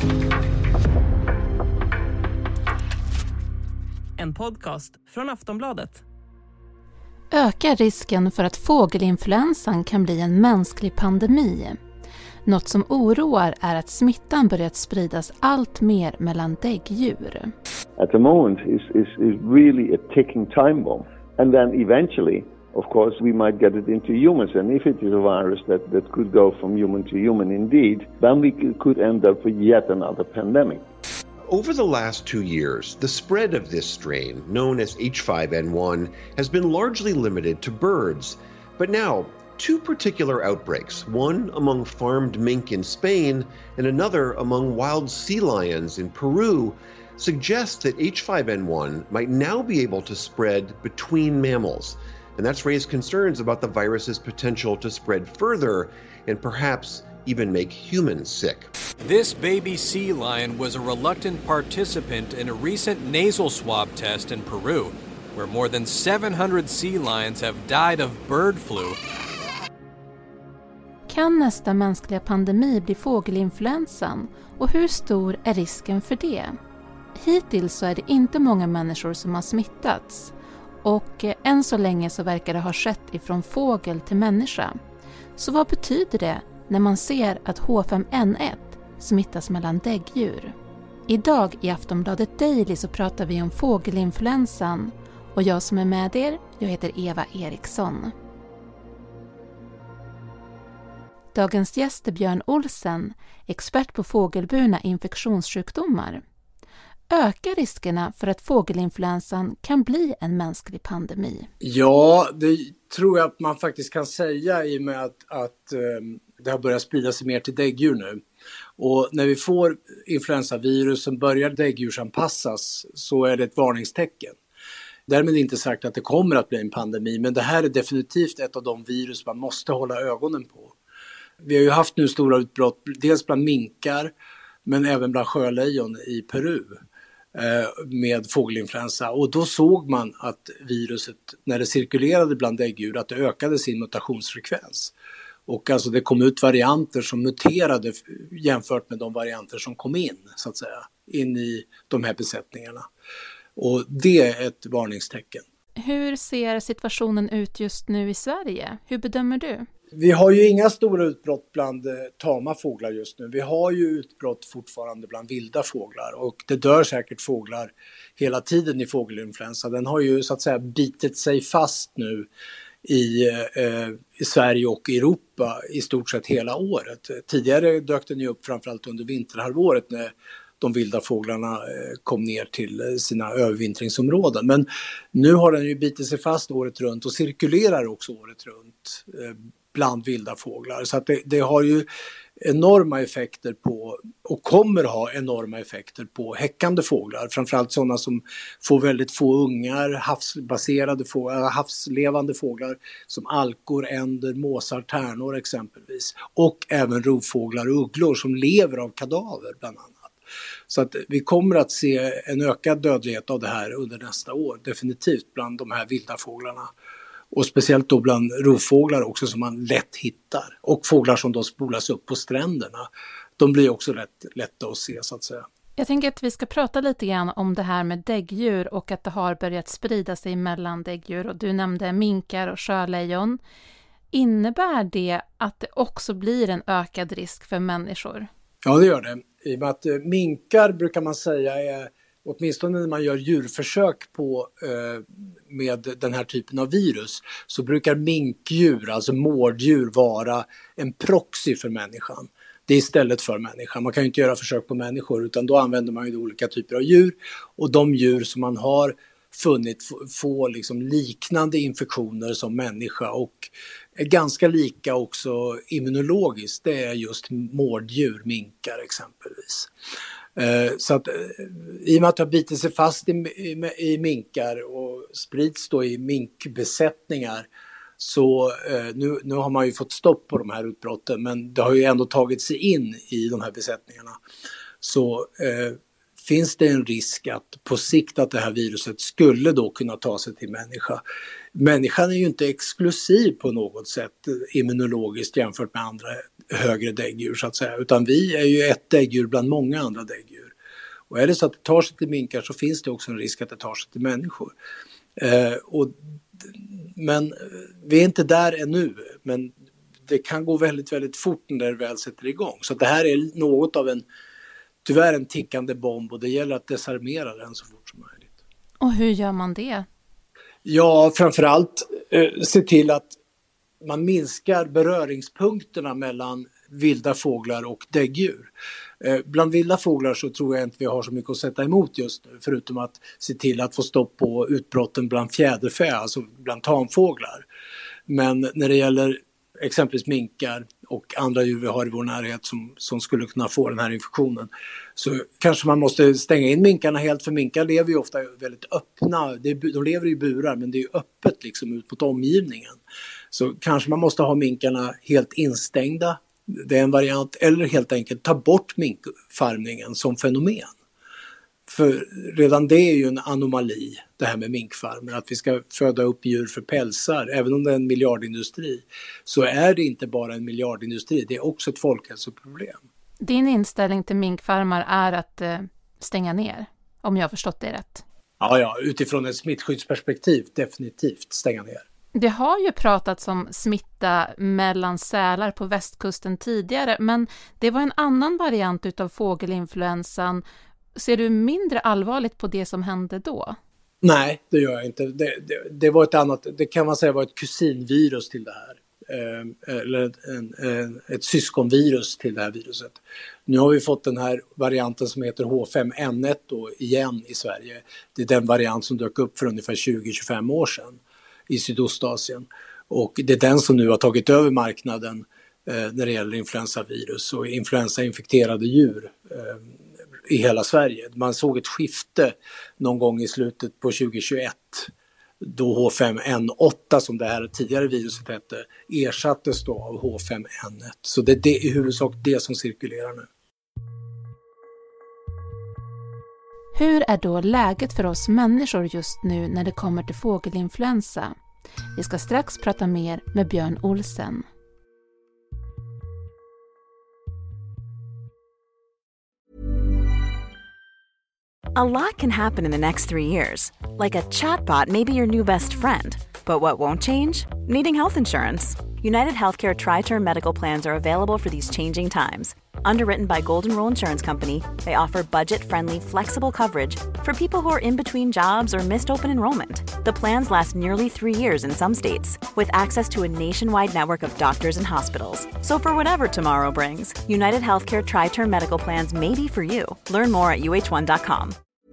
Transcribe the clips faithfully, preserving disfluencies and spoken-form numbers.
En podcast från Aftonbladet. Ökar risken för att fågelinfluensan kan bli en mänsklig pandemi? Något som oroar är att smittan börjat spridas allt mer mellan däggdjur. At the moment is is is really a ticking time bomb, and then eventually, of course, we might get it into humans, and if it is a virus that that could go from human to human indeed, then we could end up with yet another pandemic. Over the last two years, the spread of this strain, known as H five N one, has been largely limited to birds. But now, two particular outbreaks, one among farmed mink in Spain and another among wild sea lions in Peru, suggest that H five N one might now be able to spread between mammals. And that's raised concerns about the virus's potential to spread further and perhaps even make humans sick. This baby sea lion was a reluctant participant in a recent nasal swab test in Peru, where more than seven hundred sea lions have died of bird flu. Kan nästa mänskliga pandemi bli fågelinfluensan, och hur stor är risken för det? Hittills så är det inte många människor som har smittats, och än så länge så verkar det ha skett ifrån fågel till människa. Så vad betyder det när man ser att H fem N ett smittas mellan däggdjur? Idag i Aftonbladet Daily så pratar vi om fågelinfluensan, och jag som är med er, jag heter Eva Eriksson. Dagens gäst är Björn Olsen, expert på fågelburna infektionssjukdomar. Ökar riskerna för att fågelinfluensan kan bli en mänsklig pandemi? Ja, det tror jag att man faktiskt kan säga i och med att, att um, det har börjat sprida sig mer till däggdjur nu. Och när vi får influensavirus som börjar däggdjursanpassas så är det ett varningstecken. Därmed inte sagt att det kommer att bli en pandemi, men det här är definitivt ett av de virus man måste hålla ögonen på. Vi har ju haft nu stora utbrott, dels bland minkar men även bland sjölejon i Peru med fågelinfluensa. Och då såg man att viruset, när det cirkulerade bland däggdjur, att det ökade sin mutationsfrekvens. Och alltså det kom ut varianter som muterade jämfört med de varianter som kom in, så att säga, in i de här besättningarna. Och det är ett varningstecken. Hur ser situationen ut just nu i Sverige? Hur bedömer du? Vi har ju inga stora utbrott bland tama fåglar just nu. Vi har ju utbrott fortfarande bland vilda fåglar, och det dör säkert fåglar hela tiden i fågelinfluensa. Den har ju så att säga bitit sig fast nu i, eh, i Sverige och Europa i stort sett hela året. Tidigare dök den ju upp framförallt under vinterhalvåret när de vilda fåglarna kom ner till sina övervintringsområden. Men nu har den ju bitit sig fast året runt och cirkulerar också året runt bland vilda fåglar. Så att det, det har ju enorma effekter på, och kommer ha enorma effekter på häckande fåglar. Framförallt sådana som får väldigt få ungar, havsbaserade fåglar, havslevande fåglar som alkor, änder, måsar, tärnor exempelvis. Och även rovfåglar och ugglor som lever av kadaver bland annat. Så att vi kommer att se en ökad dödlighet av det här under nästa år, definitivt bland de här vilda fåglarna. Och speciellt då bland rovfåglar också som man lätt hittar. Och fåglar som då spolas upp på stränderna. De blir också lätt, lätta att se, så att säga. Jag tänker att vi ska prata lite grann om det här med däggdjur och att det har börjat sprida sig mellan däggdjur. Och du nämnde minkar och sjölejon. Innebär det att det också blir en ökad risk för människor? Ja, det gör det. I och med att minkar brukar man säga är, åtminstone när man gör djurförsök på, eh, med den här typen av virus, så brukar minkdjur, alltså mårddjur, vara en proxy för människan. Det är istället för människan. Man kan ju inte göra försök på människor, utan då använder man ju olika typer av djur. Och de djur som man har funnit få liksom liknande infektioner som människa och är ganska lika också immunologiskt, det är just mårddjur, minkar exempelvis. Så att i och med att det har bitit sig fast i, i, i minkar och sprids då i minkbesättningar, så eh, nu, nu har man ju fått stopp på de här utbrotten, men det har ju ändå tagit sig in i de här besättningarna. Så eh, finns det en risk att på sikt att det här viruset skulle då kunna ta sig till människa. Människan är ju inte exklusiv på något sätt immunologiskt jämfört med andra högre däggdjur så att säga, utan vi är ju ett däggdjur bland många andra däggdjur. Och är det så att det tar sig till minkar så finns det också en risk att det tar sig till människor. Eh, och, men vi är inte där ännu, men det kan gå väldigt, väldigt fort när det väl sätter igång. Så det här är något av en, tyvärr en tickande bomb och det gäller att desarmera den så fort som möjligt. Och hur gör man det? Ja, framförallt eh, se till att man minskar beröringspunkterna mellan vilda fåglar och däggdjur. Eh, bland vilda fåglar så tror jag inte vi har så mycket att sätta emot just nu, förutom att se till att få stopp på utbrotten bland fjäderfä, alltså bland tamfåglar. Men när det gäller exempelvis minkar och andra djur vi har i vår närhet som, som skulle kunna få den här infektionen, så kanske man måste stänga in minkarna helt, för minkar lever ju ofta väldigt öppna, de lever i burar men det är ju öppet liksom ut mot omgivningen. Så kanske man måste ha minkarna helt instängda, det är en variant, eller helt enkelt ta bort minkfarmningen som fenomen. För redan det är ju en anomali, det här med minkfarmer, att vi ska föda upp djur för pälsar. Även om det är en miljardindustri så är det inte bara en miljardindustri, det är också ett folkhälsoproblem. Din inställning till minkfarmar är att eh, stänga ner, om jag har förstått det rätt. Ja, ja, utifrån ett smittskyddsperspektiv definitivt stänga ner. Det har ju pratats om smitta mellan sälar på västkusten tidigare, men det var en annan variant utav fågelinfluensan. Ser du mindre allvarligt på det som hände då? Nej, det gör jag inte. Det, det, det var ett annat, det kan man säga var ett kusinvirus till det här. Eh, eller en, en, ett syskonvirus till det här viruset. Nu har vi fått den här varianten som heter H fem N ett då igen i Sverige. Det är den variant som dök upp för ungefär tjugo till tjugofem år sedan i Sydostasien. Och det är den som nu har tagit över marknaden eh, när det gäller influensavirus och influensainfekterade djur eh, i hela Sverige. Man såg ett skifte någon gång i slutet på tjugohundratjugoett då H fem N åtta, som det här tidigare viruset hette, ersattes då av H fem N ett. Så det är det, i huvudsak det som cirkulerar nu. Hur är då läget för oss människor just nu när det kommer till fågelinfluensa? Vi ska strax prata mer med Björn Olsen. A lot can happen in the next three years. Like a chatbot may be your new best friend. But what won't change? Needing health insurance. United Healthcare Tri-Term Medical Plans are available for these changing times. Underwritten by Golden Rule Insurance Company, they offer budget-friendly, flexible coverage for people who are in between jobs or missed open enrollment. The plans last nearly three years in some states, with access to a nationwide network of doctors and hospitals. So for whatever tomorrow brings, United Healthcare Tri-Term Medical Plans may be for you. Learn more at U H one dot com.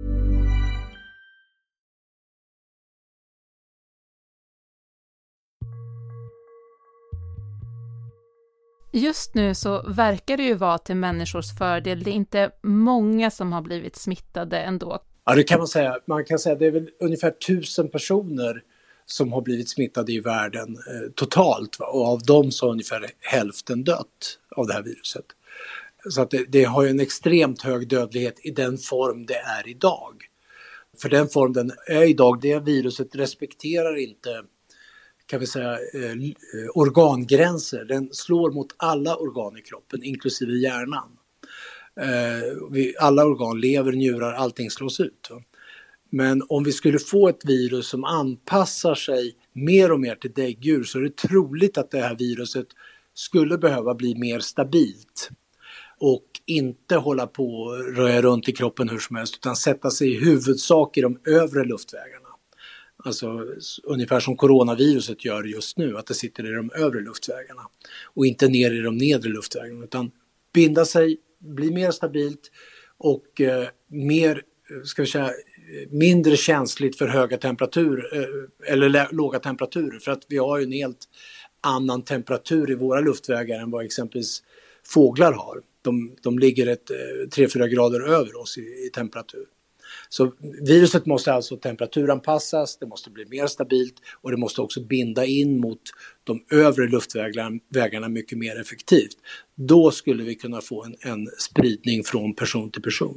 Just nu så verkar det ju vara till människors fördel. Det är inte många som har blivit smittade ändå. Ja, det kan man säga. Man kan säga att det är väl ungefär tusen personer som har blivit smittade i världen eh, totalt. Va? Och av dem så har ungefär hälften dött av det här viruset. Så att det, det har ju en extremt hög dödlighet i den form det är idag. För den form den är idag, det viruset respekterar inte, kan vi säga, eh, organgränser. Den slår mot alla organ i kroppen, inklusive hjärnan. Eh, vi, alla organ, lever, njurar, allting slås ut. Va? Men om vi skulle få ett virus som anpassar sig mer och mer till däggdjur, så är det troligt att det här viruset skulle behöva bli mer stabilt. Och inte hålla på och röra runt i kroppen hur som helst, utan sätta sig i huvudsak i de övre luftvägarna. Alltså ungefär som coronaviruset gör just nu, att det sitter i de övre luftvägarna och inte ner i de nedre luftvägarna, utan binda sig, bli mer stabilt och eh, mer, ska vi säga, mindre känsligt för höga temperaturer eh, eller lä- låga temperaturer, för att vi har ju en helt annan temperatur i våra luftvägar än vad exempelvis fåglar har. De, de ligger ett eh, tre till fyra grader över oss i, i temperatur. Så viruset måste alltså temperaturanpassas, det måste bli mer stabilt och det måste också binda in mot de övre luftvägarna mycket mer effektivt. Då skulle vi kunna få en, en spridning från person till person.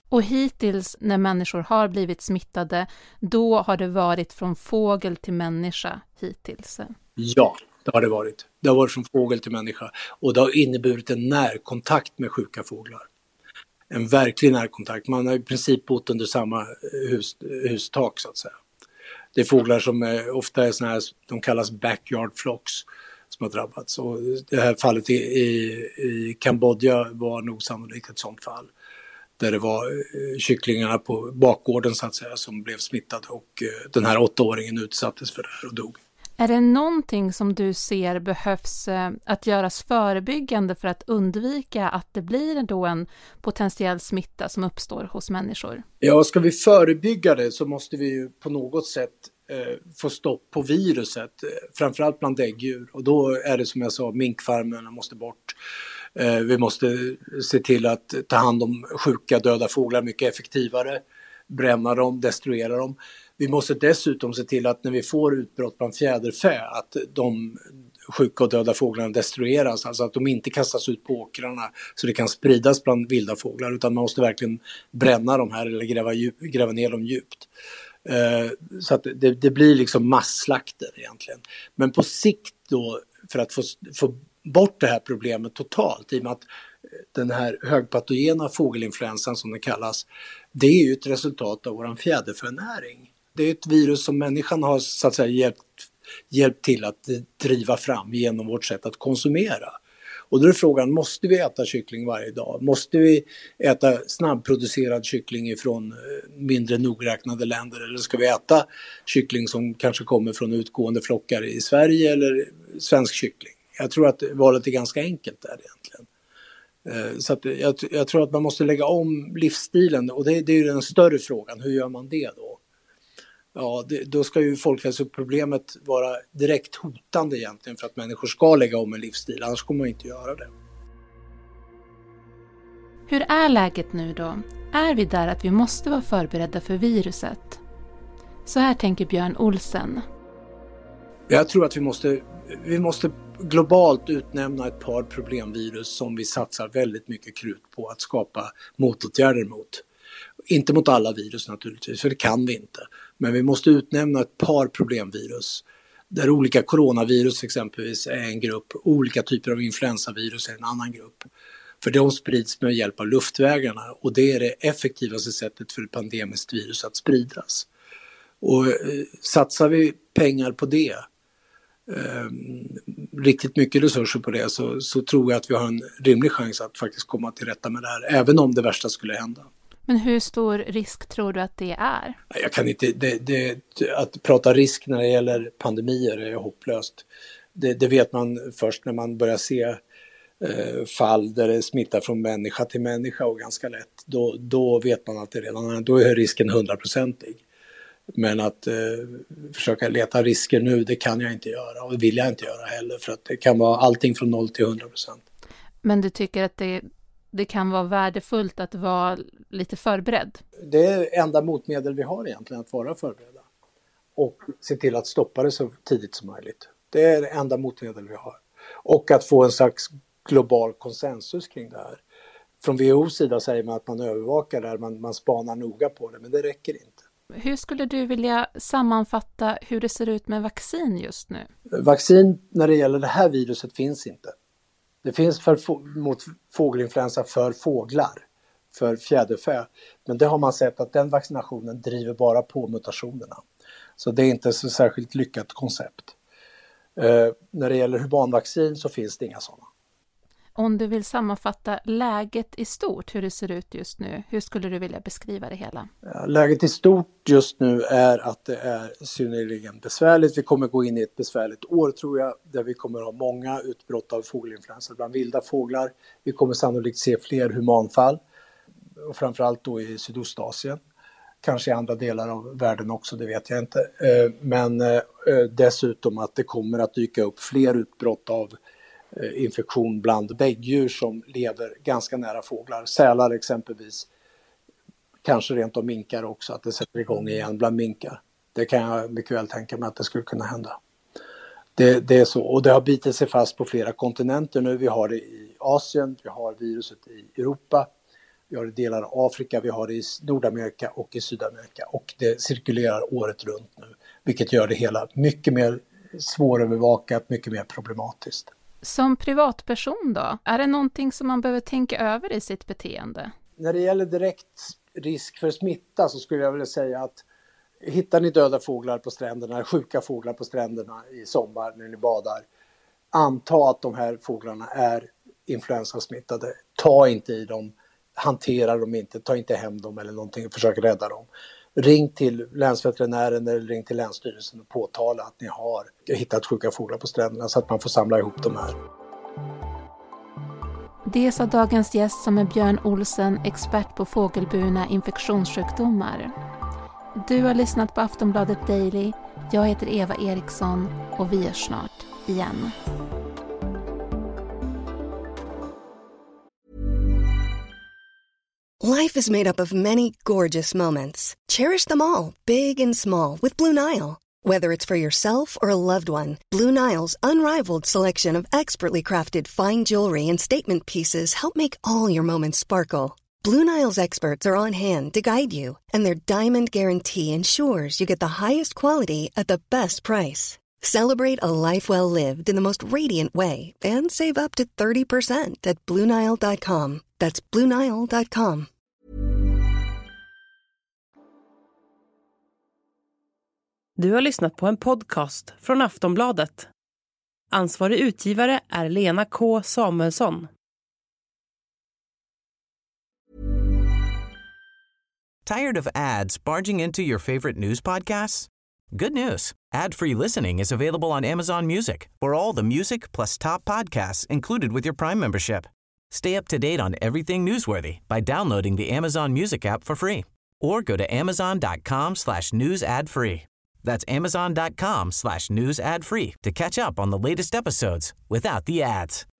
Och hittills när människor har blivit smittade, då har det varit från fågel till människa hittills? Ja, det har det varit. Det har varit från fågel till människa. Och det har inneburit en närkontakt med sjuka fåglar. En verklig närkontakt. Man har i princip bott under samma hus, hustak så att säga. Det är fåglar som är, ofta är såna här, de kallas backyard flocks, som har drabbats. Och det här fallet i, i, i Kambodja var nog sannolikt ett sånt fall. Där det var eh, kycklingarna på bakgården så att säga som blev smittade och eh, den här åttaåringen utsattes för det här och dog. Är det någonting som du ser behövs eh, att göras förebyggande för att undvika att det blir då en potentiell smitta som uppstår hos människor? Ja, ska vi förebygga det så måste vi ju på något sätt eh, få stopp på viruset, eh, framförallt bland däggdjur. Och då är det som jag sa, minkfarmerna måste bort. Eh, vi måste se till att ta hand om sjuka döda fåglar mycket effektivare, bränna dem, destruera dem. Vi måste dessutom se till att när vi får utbrott bland fjäderfä att de sjuka och döda fåglarna destrueras, alltså att de inte kastas ut på åkrarna så det kan spridas bland vilda fåglar, utan man måste verkligen bränna dem här eller gräva, djup, gräva ner dem djupt. Eh, så att det, det blir liksom masslakter egentligen. Men på sikt då, för att få, få bort det här problemet totalt, i och med att den här högpatogena fågelinfluensan som det kallas, det är ju ett resultat av vår fjäderfönäring. Det är ett virus som människan har så att säga hjälpt, hjälpt till att driva fram genom vårt sätt att konsumera. Och då är frågan, måste vi äta kyckling varje dag? Måste vi äta snabbproducerad kyckling från mindre nogräknade länder? Eller ska vi äta kyckling som kanske kommer från utgående flockar i Sverige eller svensk kyckling? Jag tror att valet är ganska enkelt där egentligen. Så att jag, jag tror att man måste lägga om livsstilen, och det, det är ju den större frågan. Hur gör man det då? Ja, det, då ska ju folkhälsoproblemet vara direkt hotande egentligen för att människor ska lägga om en livsstil, annars kommer man inte göra det. Hur är läget nu då? Är vi där att vi måste vara förberedda för viruset? Så här tänker Björn Olsen. Jag tror att vi måste, vi måste globalt utnämna ett par problemvirus som vi satsar väldigt mycket krut på att skapa motåtgärder mot. Inte mot alla virus naturligtvis, för det kan vi inte. Men vi måste utnämna ett par problemvirus. Där olika coronavirus exempelvis är en grupp, olika typer av influensavirus är en annan grupp. För de sprids med hjälp av luftvägarna, och det är det effektivaste sättet för ett pandemiskt virus att spridas. Och eh, satsar vi pengar på det, eh, riktigt mycket resurser på det, så, så tror jag att vi har en rimlig chans att faktiskt komma till rätta med det här, även om det värsta skulle hända. Men hur stor risk tror du att det är? Jag kan inte, det, det, att prata risk när det gäller pandemier är hopplöst. Det, det vet man först när man börjar se eh, fall där det smittar från människa till människa, och ganska lätt. Då, då vet man att det redan, då är risken hundraprocentig. Men att eh, försöka leta risker nu, det kan jag inte göra, och det vill jag inte göra heller, för att det kan vara allting från noll till hundra procent. Men du tycker att det Det kan vara värdefullt att vara lite förberedd? Det är enda motmedel vi har egentligen, att vara förberedda. Och se till att stoppa det så tidigt som möjligt. Det är det enda motmedel vi har. Och att få en slags global konsensus kring det här. Från W H O:s sida säger man att man övervakar det här, man, man spanar noga på det, men det räcker inte. Hur skulle du vilja sammanfatta hur det ser ut med vaccin just nu? Vaccin när det gäller det här viruset finns inte. Det finns för, mot fågelinfluensa för fåglar, för fjäderfä. Men det har man sett att den vaccinationen driver bara på mutationerna. Så det är inte så särskilt lyckat koncept. Eh, när det gäller humanvaccin så finns det inga sådana. Om du vill sammanfatta läget i stort, hur det ser ut just nu, hur skulle du vilja beskriva det hela? Ja, läget i stort just nu är att det är synnerligen besvärligt. Vi kommer gå in i ett besvärligt år tror jag, där vi kommer ha många utbrott av fågelinfluensa bland vilda fåglar. Vi kommer sannolikt se fler humanfall, och framförallt då i Sydostasien. Kanske i andra delar av världen också, det vet jag inte. Men dessutom att det kommer att dyka upp fler utbrott av infektion bland däggdjur som lever ganska nära fåglar. Sälar exempelvis, kanske rent av minkar också, att det sätter igång igen bland minkar. Det kan jag mycket väl tänka mig att det skulle kunna hända. Det, det är så, och det har bitit sig fast på flera kontinenter nu. Vi har det i Asien, vi har viruset i Europa, vi har i delar av Afrika, vi har det i Nordamerika och i Sydamerika. Och det cirkulerar året runt nu, vilket gör det hela mycket mer svårövervakat, mycket mer problematiskt. Som privatperson då, är det någonting som man behöver tänka över i sitt beteende? När det gäller direkt risk för smitta så skulle jag vilja säga att hittar ni döda fåglar på stränderna, sjuka fåglar på stränderna i sommar när ni badar, anta att de här fåglarna är influensasmittade. Ta inte i dem, hantera dem inte, ta inte hem dem eller någonting, försök rädda dem. Ring till länsveterinären eller ring till länsstyrelsen och påtala att ni har hittat sjuka fåglar på stränderna så att man får samla ihop de här. Det sa dagens gäst som är Björn Olsen, expert på fågelburna infektionssjukdomar. Du har lyssnat på Aftonbladet Daily. Jag heter Eva Eriksson och vi är snart igen. Life is made up of many gorgeous moments. Cherish them all, big and small, with Blue Nile. Whether it's for yourself or a loved one, Blue Nile's unrivaled selection of expertly crafted fine jewelry and statement pieces help make all your moments sparkle. Blue Nile's experts are on hand to guide you, and their diamond guarantee ensures you get the highest quality at the best price. Celebrate a life well lived in the most radiant way and save up to thirty percent at Blue Nile dot com. That's Blue Nile dot com. Du har lyssnat på en podcast från Aftonbladet. Ansvarig utgivare är Lena K. Samuelsson. Tired of ads barging into your favorite news podcasts? Good news. Ad-free listening is available on Amazon Music for all the music plus top podcasts included with your Prime membership. Stay up to date on everything newsworthy by downloading the Amazon Music app for free or go to amazon.com slash news ad free. That's amazon.com slash news ad free to catch up on the latest episodes without the ads.